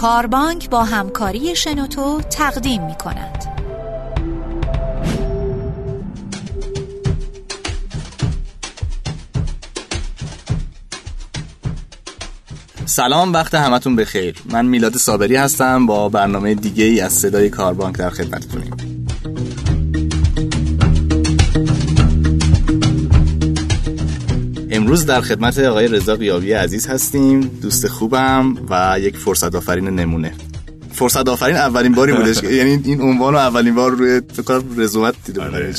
کاربانک با همکاری شنوتو تقدیم می کند. سلام، وقت همتون بخیر. من میلاد صابری هستم با برنامه دیگه ای از صدای کاربانک در خدمتتونیم. امروز در خدمت آقای رضا قیابی عزیز هستیم، دوست خوبم و یک فرصت آفرین نمونه. فرصت آفرین اولین باری بودش، یعنی این عنوانو اولین بار روی فکر کنم رزومت دیده بودم.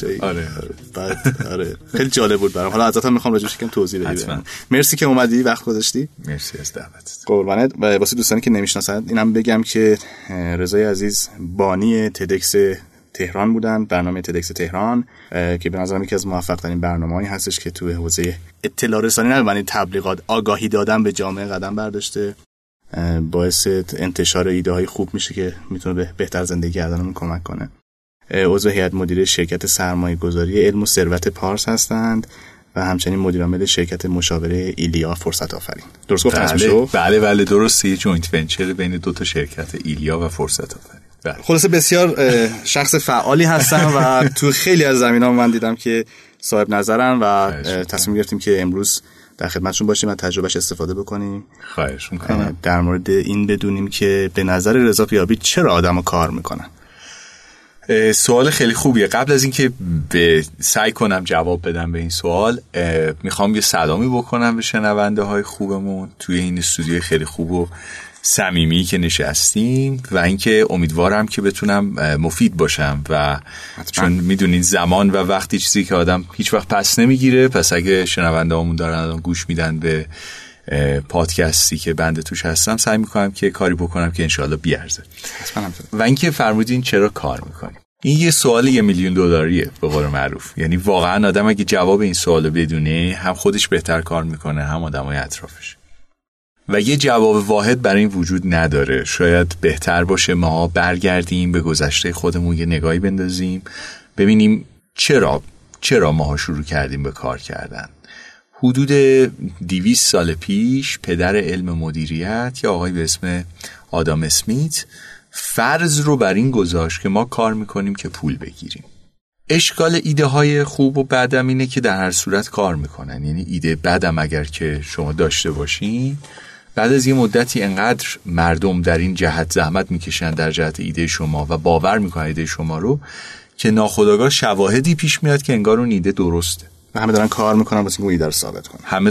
آره خیلی جالب بود برام. حالا ازت هم میخوام راجعش یکم توضیح بدی. مرسی که اومدی، وقت گذاشتی. مرسی از دعوتت. قربانت. و واسه دوستانی که نمیشناسن اینم بگم که رضای عزیز بانی تدکس تهران بودن، برنامه تدکس تهران که به نظرم یکی از موفق ترین برنامه‌ای هستش که توی حوزه اطلاع رسانی، نه یعنی تبلیغات، آگاهی دادن به جامعه قدم برداشته. باعث انتشار ایده های خوب میشه که میتونه به بهتر زندگی کردنمون کمک کنه. عضو هیئت مدیره شرکت سرمایه گذاری علم و ثروت پارس هستند و همچنین مدیر عامل شرکت مشاوره ایلیا فرصت آفرین. درست گفتم اسمشو؟ بله درسته. یه جوینت ونچر بین دو تا شرکت ایلیا و فرصت آفرین. خلاصه بسیار شخص فعالی هستن و تو خیلی از زمینه‌ها من دیدم که صاحب نظرن و تصمیم گرفتیم که امروز در خدمتشون باشیم و تجربهش استفاده بکنیم. خواهش می‌کنم. در مورد این بدونیم که به نظر رضا قیابی چرا آدم‌ها کار میکنن. سوال خیلی خوبیه. قبل از اینکه سعی کنم جواب بدم به این سوال، میخوام یه سلامی بکنم به شنونده های خوبمون توی این استودیو خیلی خوب و صمیمی که نشستیم و اینکه امیدوارم که بتونم مفید باشم و چون میدونید زمان و وقتی چیزی که آدم هیچ وقت پس نمیگیره، پس اگه شنونده همون دارن گوش میدن به پادکستی که بنده توش هستم، سعی میکنم که کاری بکنم که انشاءالله بیارزه. و اینکه فرمودین چرا کار میکنیم، این یه سوال $1 میلیون به قول معروف. یعنی واقعا آدم اگه جواب این سوالو بدونه، هم خودش بهتر کار میکنه، هم آدمای اطرافش. و یه جواب واحد برای این وجود نداره. شاید بهتر باشه ما برگردیم به گذشته خودمون، یه نگاهی بندازیم ببینیم چرا ماها شروع کردیم به کار کردن. حدود 200 سال پیش پدر علم مدیریت یا آقای به اسم آدام اسمیت فرض رو بر این گذاشت که ما کار میکنیم که پول بگیریم. اشکال ایده های خوب و بدم اینه که در هر صورت کار میکنن. یعنی ایده بدم اگر که شما داشته باشین، بعد از یه مدتی انقدر مردم در این جهت زحمت میکشن در جهت ایده شما و باور میکنن ایده شما رو که ناخودآگاه شواهدی پیش میاد که انگار اون ایده درسته. همه دارن کار میکنن واسه اینکه اون ایده رو ثابت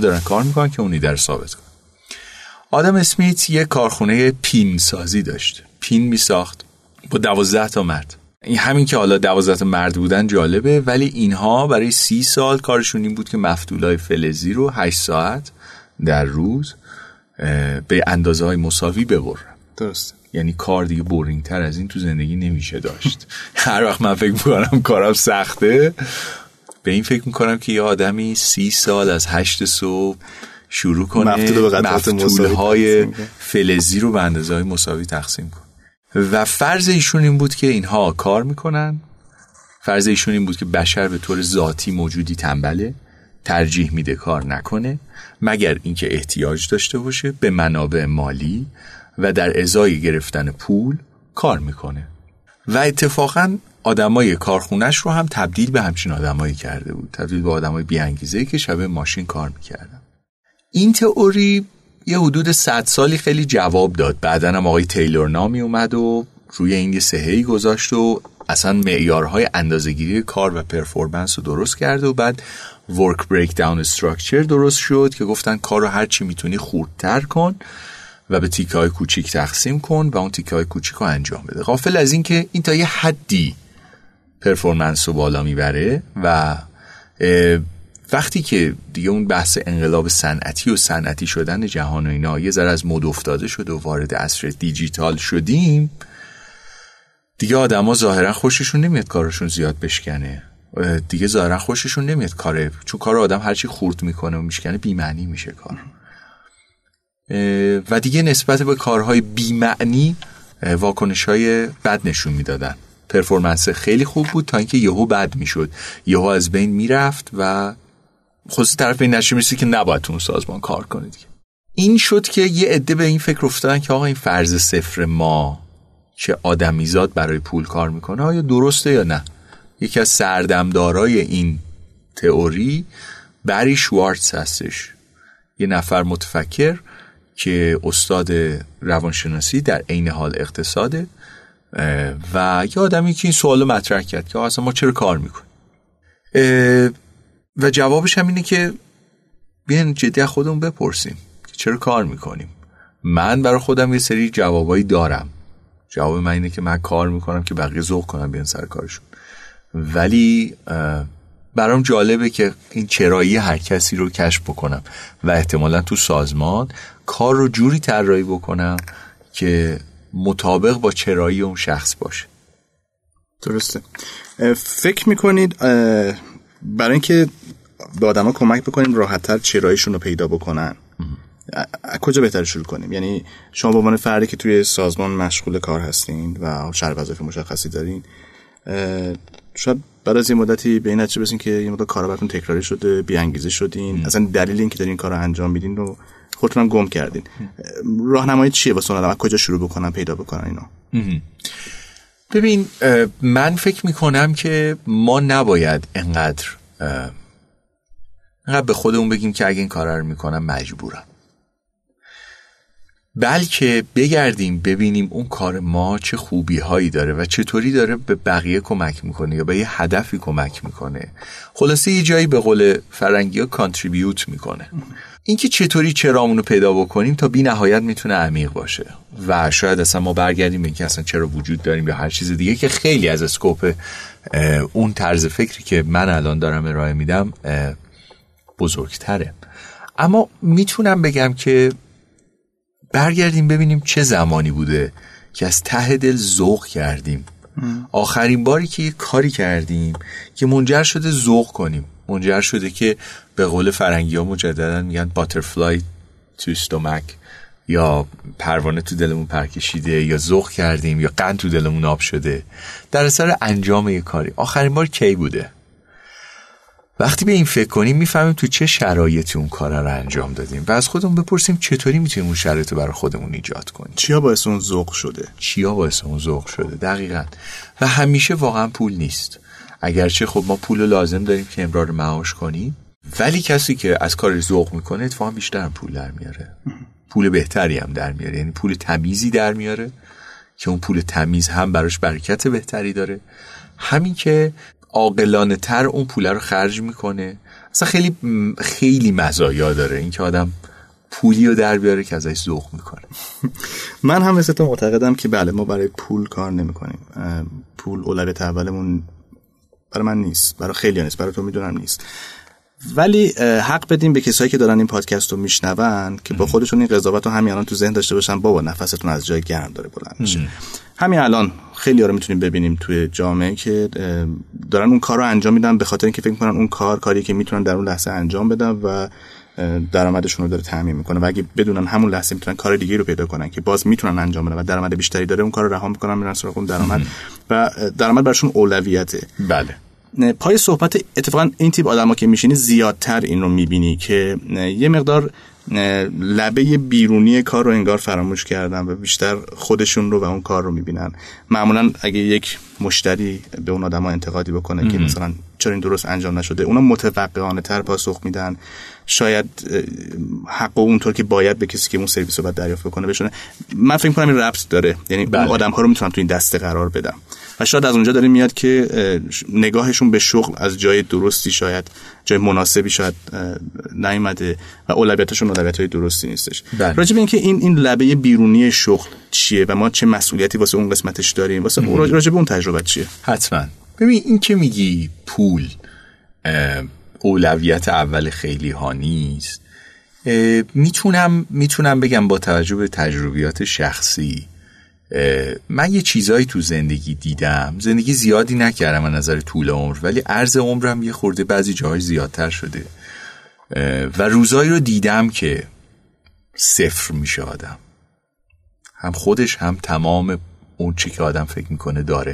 کنن. آدم اسمیت یه کارخونه پین سازی داشت. پین میساخت با 12 تا مرد. این همین که حالا 12 تا مرد بودن جالبه، ولی اینها برای 30 سال کارشون این بود که مفتولای فلزی رو 8 ساعت در روز به اندازه‌های مساوی ببرن. درست. یعنی کار دیگه بورینگ تر از این تو زندگی نمیشه داشت. هر وقت من فکر میکنم کارم سخته، به این فکر میکنم که یه آدمی 30 سال از 8 صبح شروع کنه مفتولهای فلزی رو به اندازه‌های مساوی تقسیم کنه. و فرض ایشون این بود که اینها کار میکنن. فرض ایشون این بود که بشر به طور ذاتی موجودی تنبله، ترجیح میده کار نکنه مگر اینکه احتیاج داشته باشه به منابع مالی و در ازای گرفتن پول کار میکنه. و اتفاقاً آدمای کارخونش رو هم تبدیل به همچین آدمایی کرده بود، تبدیل به آدمای بی‌انگیزه‌ای که شبیه ماشین کار میکردن. این تئوری یه حدود 100 سالی خیلی جواب داد. بعدن هم آقای تیلور نامی اومد و روی این یه صحه‌ای گذاشت و اصلا معیارهای اندازه‌گیری کار و پرفورمنس رو درست کرد و بعد ورک بریک داون استراکچر درست شد که گفتن کار رو هر چی میتونی خردتر کن و به تیکه‌های کوچیک تقسیم کن و اون تیکه‌های کوچیک رو انجام بده. غافل از این که این تا یه حدی پرفورمنس رو بالا میبره و وقتی که دیگه اون بحث انقلاب صنعتی و صنعتی شدن جهان و اینا یه ذره از مد افتاده شد و وارد عصر دیجیتال شدیم، دیگه آدما ظاهرا خوششون نمیاد کارشون زیاد بشکنه. دیگه ظاهرا خوششون نمیاد چون کار آدم هرچی خورد میکنه و میشکنه بی‌معنی میشه کار. و دیگه نسبت به کارهای بی‌معنی واکنش‌های بد نشون میدادن. پرفورمنس خیلی خوب بود تا اینکه یهو بد میشد، یهو از بین میرفت و خصوص طرف این نشه میشه که نباید تو اون سازمان کار کنه دیگه. این شد که یه عده به این فکر افتادن که آقا این فرض صفر ما که آدمیزاد برای پول کار میکنه آیا درسته یا نه. یکی از سردمدارای این تئوری بری شوارتز هستش، یه نفر متفکر که استاد روانشناسی در عین حال اقتصاده و یه آدمی که این سوالو مطرح کرد که اصلا ما چرا کار میکنیم و جوابش هم اینه که بیاین جدی خودمون بپرسیم که چرا کار میکنیم. من برای خودم یه سری جوابایی دارم. جواب من اینه که من کار میکنم که بقیه ذوق کنم بیان سر کارشون، ولی برام جالبه که این چرایی هر کسی رو کشف بکنم و احتمالاً تو سازمان کار رو جوری طراحی بکنم که مطابق با چرایی اون شخص باشه. درسته. فکر میکنید برای اینکه به آدما کمک بکنیم راحت‌تر چراییشون رو پیدا بکنن کجا بهتر شروع کنیم؟ یعنی شما به عنوان فردی که توی سازمان مشغول کار هستین و شرح وظایف مشخصی دارین، شاید بعد از یه مدتی به این نتیجه برسین که یه مدت کارا براتون تکراری شده، بی انگیزه شدین، اصلا دلیل این که دارین کارو انجام میدین رو خودتون هم گم کردین. راهنمایی چیه واسه اون آدم کجا شروع بکنن پیدا بکنن اینو؟ ببین من فکر میکنم که ما نباید انقدر به خودمون بگیم که اگه این کارا رو میکنم مجبورم، بلکه بگردیم ببینیم اون کار ما چه خوبی هایی داره و چطوری داره به بقیه کمک میکنه یا به یه هدفی کمک میکنه. خلاصه یه جایی به قول فرنگی ها کانتریبیوت میکنه. اینکه چطوری چرامونو پیدا بکنیم تا بی نهایت میتونه عمیق باشه و شاید اصلا ما برگردیم به اینکه اصلا چرا وجود داریم یا هر چیز دیگه که خیلی از اسکوپ اون طرز فکری که من الان دارم ارائه میدم بزرگتره. اما میتونم بگم که برگردیم ببینیم چه زمانی بوده که از ته دل ذوق کردیم. آخرین باری که یه کاری کردیم که منجر شده ذوق کنیم، منجر شده که به قول فرنگی ها مجددا میگن butterfly to stomach یا پروانه تو دلمون پرکشیده یا ذوق کردیم یا قند تو دلمون آب شده در اثر انجام یه کاری. آخرین بار کی بوده؟ وقتی به این فکر کنیم میفهمیم تو چه شرایطی اون کارا رو انجام دادیم و از خودمون بپرسیم چطوری میتونیم اون شرایط رو برای خودمون ایجاد کنیم. چیا باعث اون ذوق شده؟ دقیقاً. و همیشه واقعا پول نیست، اگرچه خب ما پول لازم داریم که امرار معاش کنیم، ولی کسی که از کار ذوق میکنه اتفاقا بیشتر پول در میاره، پول بهتری هم در میاره، یعنی پول تمیزی در میاره که اون پول تمیز هم براش برکت بهتری داره، همین که عاقلانه تر اون پول رو خرج میکنه. اصلا خیلی خیلی مزایا داره این که آدم پولی رو در بیاره که ازش ذوق میکنه. من هم مثل تو معتقدم که بله ما برای پول کار نمیکنیم. پول اولویت اولمون برای من نیست، برای خیلی نیست، برای تو میدونم نیست، ولی حق بدیم به کسایی که دارن این پادکست رو میشنون که با خودشون این قضاوت رو همین الان تو ذهن داشته باشن بابا نفستون از جای گرم داره بلند میشه. همین الان خیلی ها رو میتونیم ببینیم توی جامعه که دارن اون کار رو انجام میدن به خاطر اینکه فکر میکنن اون کاری که میتونن در اون لحظه انجام بدن و درآمدشون رو داره تامین میکنه و اگه بدونن همون لحظه میتونن کار دیگه رو پیدا کنن که باز میتونن انجام بدن و درآمد بیشتری داره، اون کار رو رها میکنن میرن سراغ اون درآمد و درآمد براشون اولویته. بله. پای صحبت اتفاقا این تیپ آدما که میشینی زیادتر این رو میبینی که یه مقدار لبه بیرونی کار رو انگار فراموش کردن و بیشتر خودشون رو و اون کار رو میبینن. معمولا اگه یک مشتری به اون آدما انتقادی بکنه که مثلا چرا این درست انجام نشده، اونا متوقعانه تر پاسخ میدن، شاید حق اونطور که باید به کسی که اون سرویس رو باید دریافت بکنه بشونه. من فکر می‌کنم این ربط داره، یعنی اون آدم‌ها رو میتونن تو این دسته قرار بدم و شاید از اونجا داره میاد که نگاهشون به شغل از جای درستی، شاید جای مناسبی شاید نیامده و اولویتاشون اولویتای درستی نیستش. راجع به اینکه این لبه بیرونی شغل چیه و ما چه مسئولیتی واسه اون قسمتش داریم، واسه راجع به اون تجربه چیه؟ حتما. ببین این که میگی پول اولویت اول خیلی ها نیست، میتونم بگم با توجه به تجربیات شخصی من یه چیزایی تو زندگی دیدم. زندگی زیادی نکردم از نظر طول عمر، ولی عرض عمرم یه خورده بعضی جاهای زیادتر شده و روزایی رو دیدم که صفر میشه آدم، هم خودش هم تمام اون چی که آدم فکر میکنه داره.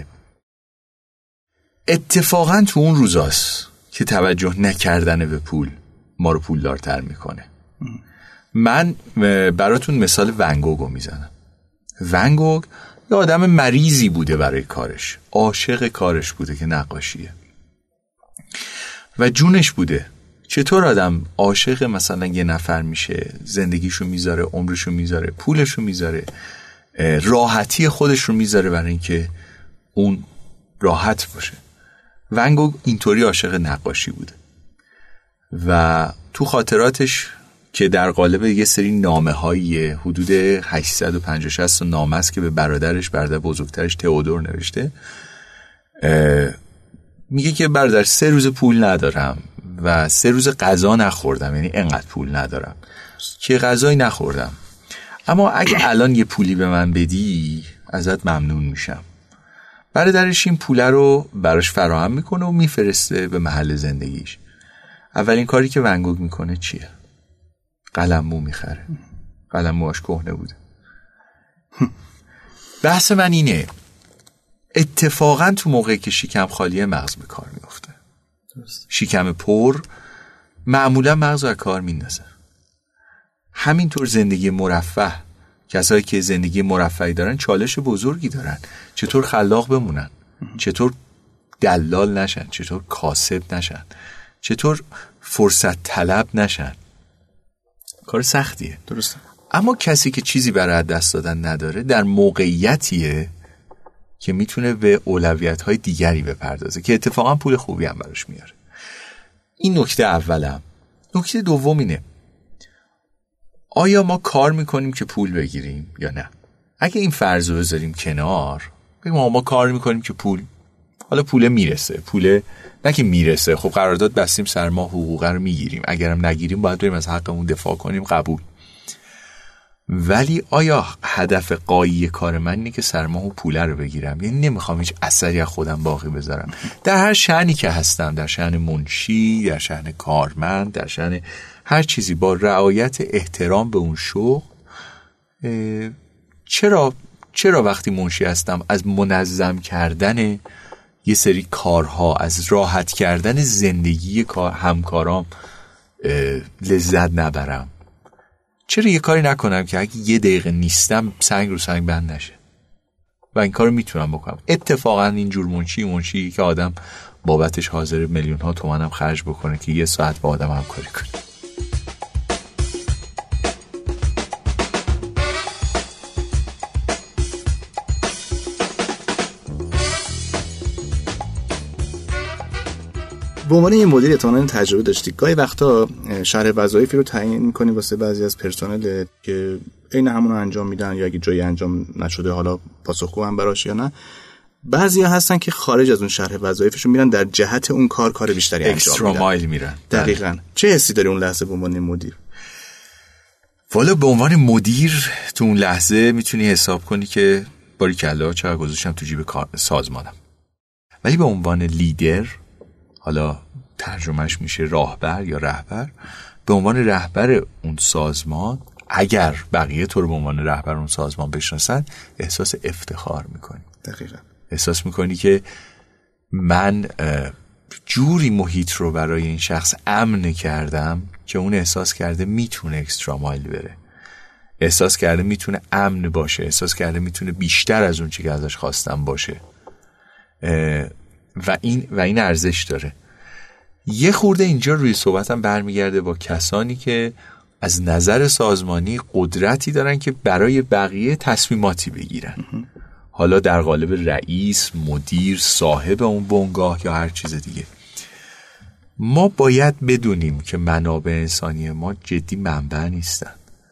اتفاقا تو اون روزاست که توجه نکردن به پول ما رو پولدارتر میکنه. من براتون مثال ونگوگو میزنم. ونگوگ یه آدم مریضی بوده برای کارش، عاشق کارش بوده که نقاشیه و جونش بوده. چطور آدم عاشق مثلا یه نفر میشه، زندگیشو میذاره، عمرشو میذاره، پولشو میذاره، راحتی خودش رو میذاره برای اینکه اون راحت باشه. ونگوگ اینطوری عاشق نقاشی بوده و تو خاطراتش که در قالب یه سری نامه های حدود 850 نامه است که به برادر بزرگترش تئودور نوشته، میگه که برادر 3 روز پول ندارم و 3 روز غذا نخوردم، یعنی انقدر پول ندارم که غذایی نخوردم، اما اگه الان یه پولی به من بدی ازت ممنون میشم. برادرش این پوله رو براش فراهم میکنه و میفرسته به محل زندگیش. اولین کاری که ونگوگ میکنه چیه؟ قلممو میخره. قلمموش کهنه بوده. بحث من اینه، اتفاقا تو موقعی که شکم خالیه مغز به کار میفته. شکم پر معمولا مغز رو کار میندازه. همینطور زندگی مرفه، کسایی که زندگی مرفهی دارن چالش بزرگی دارن. چطور خلاق بمونن، چطور دلال نشن، چطور کاسب نشن، چطور فرصت طلب نشن. کار سختیه. درسته. اما کسی که چیزی برای دست دادن نداره در موقعیتیه که میتونه به اولویت‌های دیگری بپردازه که اتفاقا پول خوبی هم براش میاره. این نکته اولم. نکته دوم اینه، آیا ما کار میکنیم که پول بگیریم یا نه؟ اگه این فرض رو بذاریم کنار، بگیم ما کار میکنیم که حالا پول میرسه، پول نه که میرسه، خب قرارداد بستیم سر ما حقوق رو میگیریم، اگرم نگیریم باید بریم از حقمون دفاع کنیم، قبول. ولی آیا هدف قایی کار من اینه که سر ماه و پوله رو بگیرم؟ یعنی نمیخوام هیچ اثری از خودم باقی بذارم در هر شأنی که هستم، در شأن منشی، در شأن کارمند، در شأن هر چیزی، با رعایت احترام به اون شغل. چرا وقتی منشی هستم از منظم کردن یه سری کارها، از راحت کردن زندگی همکارام لذت نبرم؟ چرا یه کاری نکنم که اگه 1 دقیقه نیستم سنگ رو سنگ بند نشه؟ و این کارو میتونم بکنم. اتفاقا اینجور منشی که آدم بابتش حاضر میلیون ها تومان هم خرج بکنه که 1 ساعت با آدم همکاری کنه. به عنوان یه مدیر احتمالاً تجربه داشتی، گاهی وقتا شرح وظایفی رو تعیین می‌کنی واسه بعضی از پرسنل که عین همون رو انجام میدن، یا اگه جایی انجام نشده حالا پاسخگو هم براش یا نه. بعضیا هستن که خارج از اون شرح وظایفشون میرن در جهت اون کار بیشتری انجام میدن، اکسترا مایل میرن. دقیقاً. چه حسی داری اون لحظه به عنوان مدیر؟ والا به عنوان مدیر تو اون لحظه میتونی حساب کنی که باریکلا چقدر گذاشتم تو جیب سازمانم. ولی به عنوان لیدر، حالا ترجمهش میشه راهبر یا رهبر، به عنوان رهبر اون سازمان، اگر بقیه تو رو به عنوان رهبر اون سازمان بشناسن، احساس افتخار میکنی. دقیقاً. احساس میکنی که من جوری محیط رو برای این شخص امن کردم که اون احساس کرده میتونه اکسترا مایل بره، احساس کرده میتونه امن باشه، احساس کرده میتونه بیشتر از اون چی که ازش خواستم باشه و این ارزش داره. یه خورده اینجا روی صحبتم برمیگرده با کسانی که از نظر سازمانی قدرتی دارن که برای بقیه تصمیماتی بگیرن، حالا در قالب رئیس، مدیر، صاحب اون بنگاه یا هر چیز دیگه. ما باید بدونیم که منابع انسانی ما جدی منبع نیستن،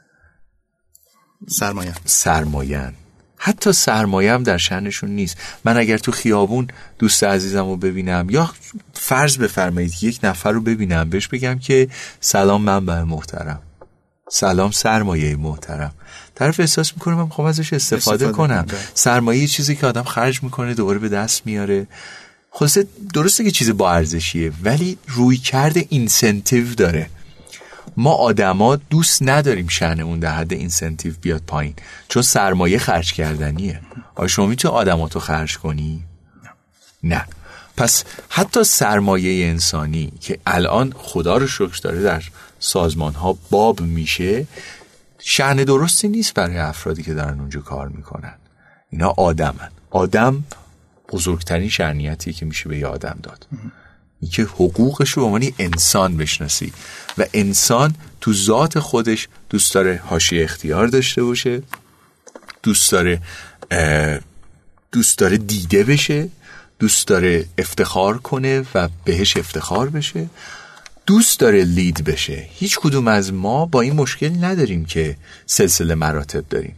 سرمایه‌ن. حتی سرمایه هم در شأنشون نیست. من اگر تو خیابون دوست عزیزم رو ببینم، یا فرض بفرمایید 1 نفر رو ببینم، بهش بگم که سلام منبع محترم، سلام سرمایه محترم، طرف احساس میکنه من میخوام ازش استفاده کنم. سرمایه چیزی که آدم خرج میکنه دوباره به دست میاره. خلاصه درسته که چیز با ارزشیه، ولی روی کرده اینسنتیو داره. ما آدما دوست نداریم شأنمون در حد اینسنتیو بیاد پایین، چون سرمایه خرج کردنیه. آیا شما میتونی آدماتو خرج کنی؟ نه. پس حتی سرمایه انسانی که الان خدا رو شکر داره در سازمان ها باب میشه، شأن درستی نیست برای افرادی که دارن اونجا کار میکنن. اینا آدمن. آدم بزرگترین شأنیتیه که میشه به یه آدم داد، این که حقوقش رو به عنوان انسان بشناسی و انسان تو ذات خودش دوست داره حاشیه اختیار داشته باشه، دوست داره دیده بشه، دوست داره افتخار کنه و بهش افتخار بشه، دوست داره لید بشه. هیچ کدوم از ما با این مشکل نداریم که سلسله مراتب داریم.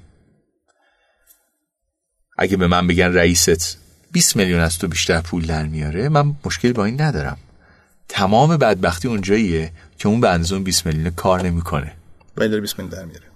اگه به من بگن رئیست 20 میلیون از تو بیشتر پول در میاره، من مشکل با این ندارم. تمام بدبختی اونجاییه که اون به اندازه اون 20 میلیون کار نمیکنه ولی داره 20 میلیون در میاره،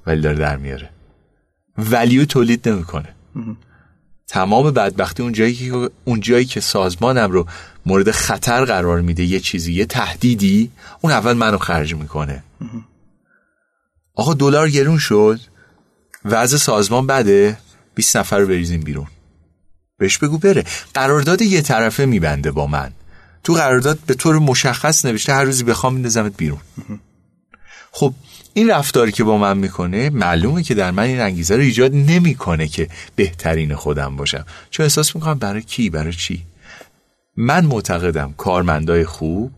ولیو تولید نمیکنه. تمام بدبختی اونجایی که سازمانم رو مورد خطر قرار میده، یه چیزی، یه تهدیدی، اون اول منو خرج میکنه. آقا دلار گرون شد، وضع سازمان بده، 20 نفر رو بریزیم بیرون. بهش بگو بره. قرارداد یه طرفه میبنده با من. تو قرارداد به طور مشخص نوشته هر روزی بخوام میندازمت بیرون. خب این رفتاری که با من میکنه معلومه که در من این انگیزه رو ایجاد نمیکنه که بهترین خودم باشم، چون احساس میکنم برای کی، برای چی. من معتقدم کارمندای خوب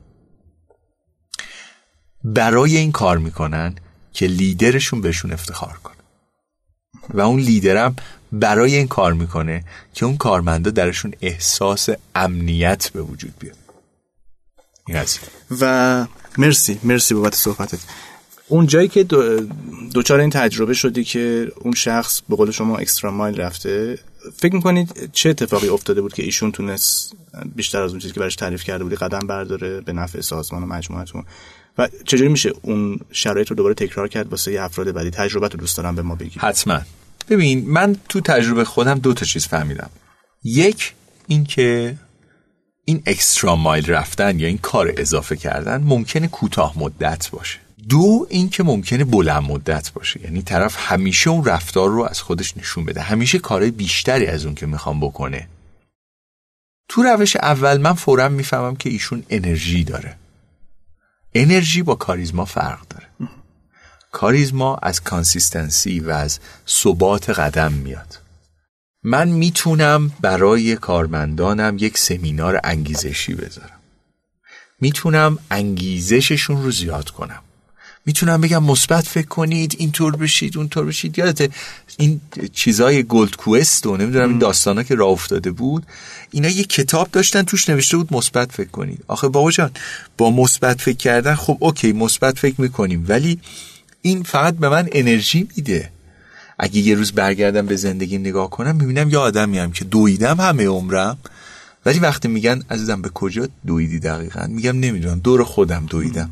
برای این کار میکنن که لیدرشون بهشون افتخار کنه و اون لیدرم برای این کار میکنه که اون کارمندا درشون احساس امنیت به وجود بیاد. این هست. و مرسی بابت صحبتت. اون جایی که دوچار این تجربه شدی که اون شخص به قول شما اکسترا مایل رفته، فکر میکنید چه اتفاقی افتاده بود که ایشون تونست بیشتر از اون چیزی که براش تعریف کرده بودی قدم برداره به نفع سازمان و مجموعتون، و چجوری میشه اون شرایط رو دوباره تکرار کرد واسه افراد بعدی؟ تجربت رو دوست دارم به ما بگی. حتما. ببین، من تو تجربه خودم 2 تا چیز فهمیدم. یک، این که این اکسترا مایل رفتن یا این کار اضافه کردن ممکنه کوتاه مدت باشه. 2، این که ممکنه بلند مدت باشه، یعنی طرف همیشه اون رفتار رو از خودش نشون بده، همیشه کارهای بیشتری از اون که میخوام بکنه. تو روش اول من فوراً میفهمم که ایشون انرژی داره. انرژی با کاریزما فرق داره. کاریزما از کانسیستنسی و از ثبات قدم میاد. من میتونم برای کارمندانم یک سمینار انگیزشی بذارم، میتونم انگیزششون رو زیاد کنم، میتونم بگم مثبت فکر کنید، اینطور بشید اونطور بشید. یادت این چیزای گولد کوست و نمیدونم این داستانا که راه افتاده بود، اینا یه کتاب داشتن توش نوشته بود مثبت فکر کنید. آخه بابا جان، با مثبت فکر کردن خب اوکی مثبت فکر میکنیم، ولی این فقط به من انرژی میده. اگه یه روز برگردم به زندگی نگاه کنم، میبینم یه آدمیم که دویدم همه عمرم، ولی وقتی میگن عزیزم به کجا دویدی دقیقاً، میگم نمیدونم، دور خودم دویدم.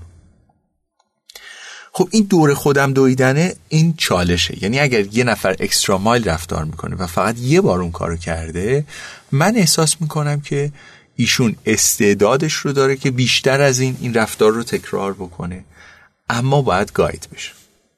خب این دور خودم دویدنه این چالشه. یعنی اگر یه نفر اکسترا مایل رفتار میکنه و فقط یه بار اون کارو کرده، من احساس میکنم که ایشون استعدادش رو داره که بیشتر از این رفتار رو تکرار بکنه، اما باید گاید بشه.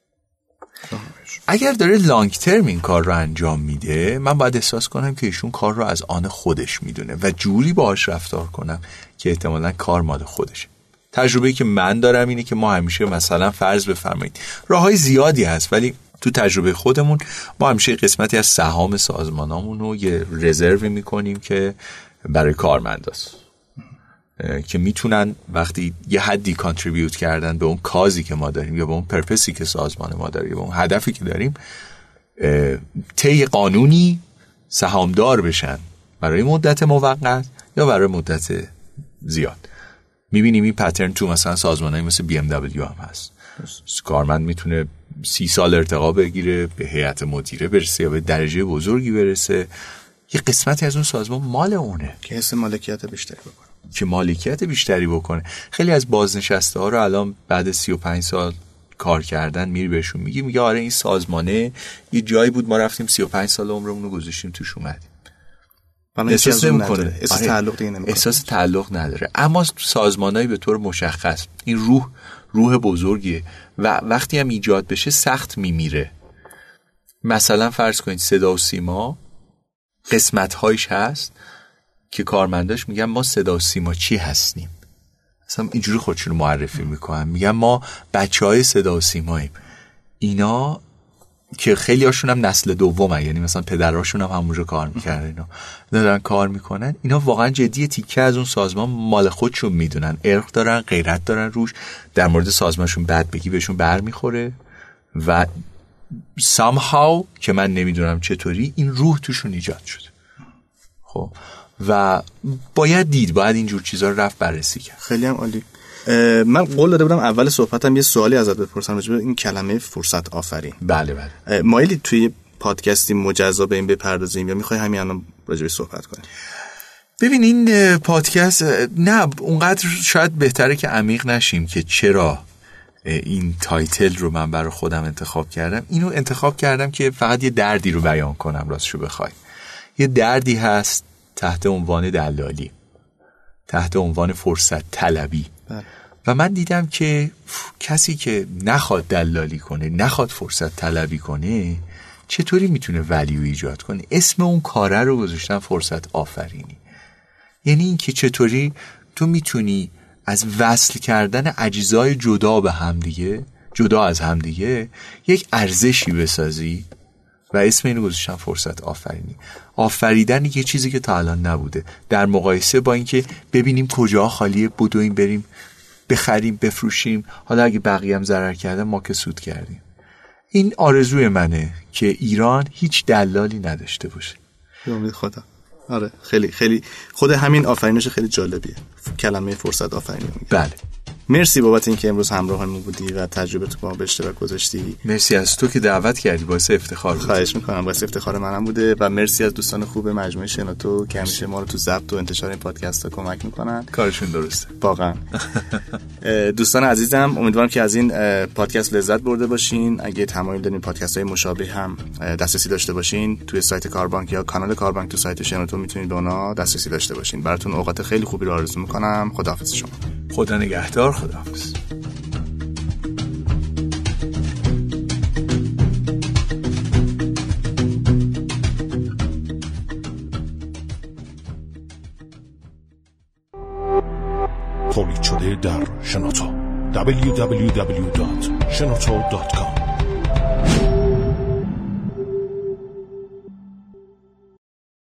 اگر داره لانگ ترم این کار رو انجام میده، من باید احساس کنم که ایشون کار رو از آن خودش میدونه و جوری باهاش رفتار کنم که احتمالاً کار مال خودشه. تجربه‌ای که من دارم اینه که ما همیشه مثلا فرض بفرمایید راههای زیادی هست، ولی تو تجربه خودمون ما همیشه قسمتی از سهام سازمانامون رو یه رزرو میکنیم که برای کارمنداست که میتونن وقتی یه حدی کانتریبیوت کردن به اون کازی که ما داریم یا به اون پرپسی که سازمان ما داره یا به اون هدفی که داریم، طی قانونی سهامدار بشن برای مدت موقت یا برای مدت زیاد. میبینیم این پترن تو مثلا سازمانایی مثل BMW هم هست. کارمند میتونه 30 سال ارتقا بگیره، به هیئت مدیره برسه یا به درجه بزرگی برسه، یه قسمتی از اون سازمان مال اونه که حس مالکیت بیشتری بکنه. خیلی از بازنشسته ها رو الان بعد 35 سال کار کردن میری بهشون میگه آره این سازمانه یه جایی بود ما رفتیم 35 سال عمرمون رو گذاشتیم توش اومدیم. احساس نمی‌کنه، احساس تعلق نداره. اما سازمانایی به طور مشخص این روح بزرگیه و وقتی هم ایجاد بشه سخت میمیره. مثلا فرض کنید صدا و سیما قسمت‌هایش هست که کارمنداش میگن ما صدا و سیما چی هستیم، اصلا اینجوری خودشون رو معرفی میکنن، میگن ما بچهای صدا و سیماییم. اینا که خیلی هاشون هم نسل دومه، یعنی مثلا پدراشون هم همونجا کار میکردن، اینا دارن کار میکنن. اینا واقعا جدیه، تیکه از اون سازمان مال خودشون میدونن، ارق دارن، غیرت دارن روش، در مورد سازمانشون بد بگی بهشون بر میخوره و somehow که من نمیدونم چطوری این روح توشون ایجاد شده. خب و باید اینجور چیزا رو رفت بررسی کرد. خیلی هم عالی. من قول داده بودم اول صحبتم یه سوالی ازت بپرسم راجع به این کلمه فرصت آفرین. بله. مایلی توی پادکستی مجزا به این بپردازیم یا میخوای همین الان راجع به صحبت کنیم؟ ببین این پادکست نه اونقدر شاید بهتره که عمیق نشیم که چرا این تایتل رو من برای خودم انتخاب کردم. اینو انتخاب کردم که فقط یه دردی رو بیان کنم. راستشو بخوای یه دردی هست تحت عنوان دلالی، تحت عنوان فرصت طلبی. و من دیدم که کسی که نخواد دلالی کنه، نخواد فرصت طلبی کنه، چطوری میتونه ولیو ایجاد کنه؟ اسم اون کاره رو گذاشتم فرصت آفرینی. یعنی این که چطوری تو میتونی از وصل کردن اجزای جدا به همدیگه، جدا از همدیگه، یک ارزشی بسازی و اسم اینو گذاشتم فرصت آفرینی. آفریدن یه چیزی که تا الان نبوده، در مقایسه با اینکه ببینیم کجا خالیه بدویم بریم بخریم بفروشیم، حالا اگه بقیه هم ضرر کردن ما که سود کردیم. این آرزوی منه که ایران هیچ دلالی نداشته باشه. به امید خدا. آره خیلی خود همین آفرینش خیلی جالبیه، کلمه فرصت آفرینی. بله. مرسی بابت اینکه امروز همراهمون بودی و تجربه تو با ما به اشتراک گذاشتی. مرسی از تو که دعوت کردی، باعث افتخار بود. خواهش میکنم، باعث افتخار منم بوده و مرسی از دوستان خوب مجموعه شنوتو که همیشه ما رو تو ضبط و انتشار این پادکست ها کمک میکنن. کارشون درسته واقعا. دوستان عزیزم، امیدوارم که از این پادکست لذت برده باشین. اگه تمایل دارین پادکست های مشابه هم دسترسی داشته باشین، توی سایت کاربانک یا کانال کاربانک تو سایت شنوتو میتونید به اونا دسترسی داشته باشین. براتون اوقات خیلی خوبی رو آرزو میکنم. خداحافظ شما. خدا نگهدار. خداحافظ. تولید شده در شنوتو www.shenoto.com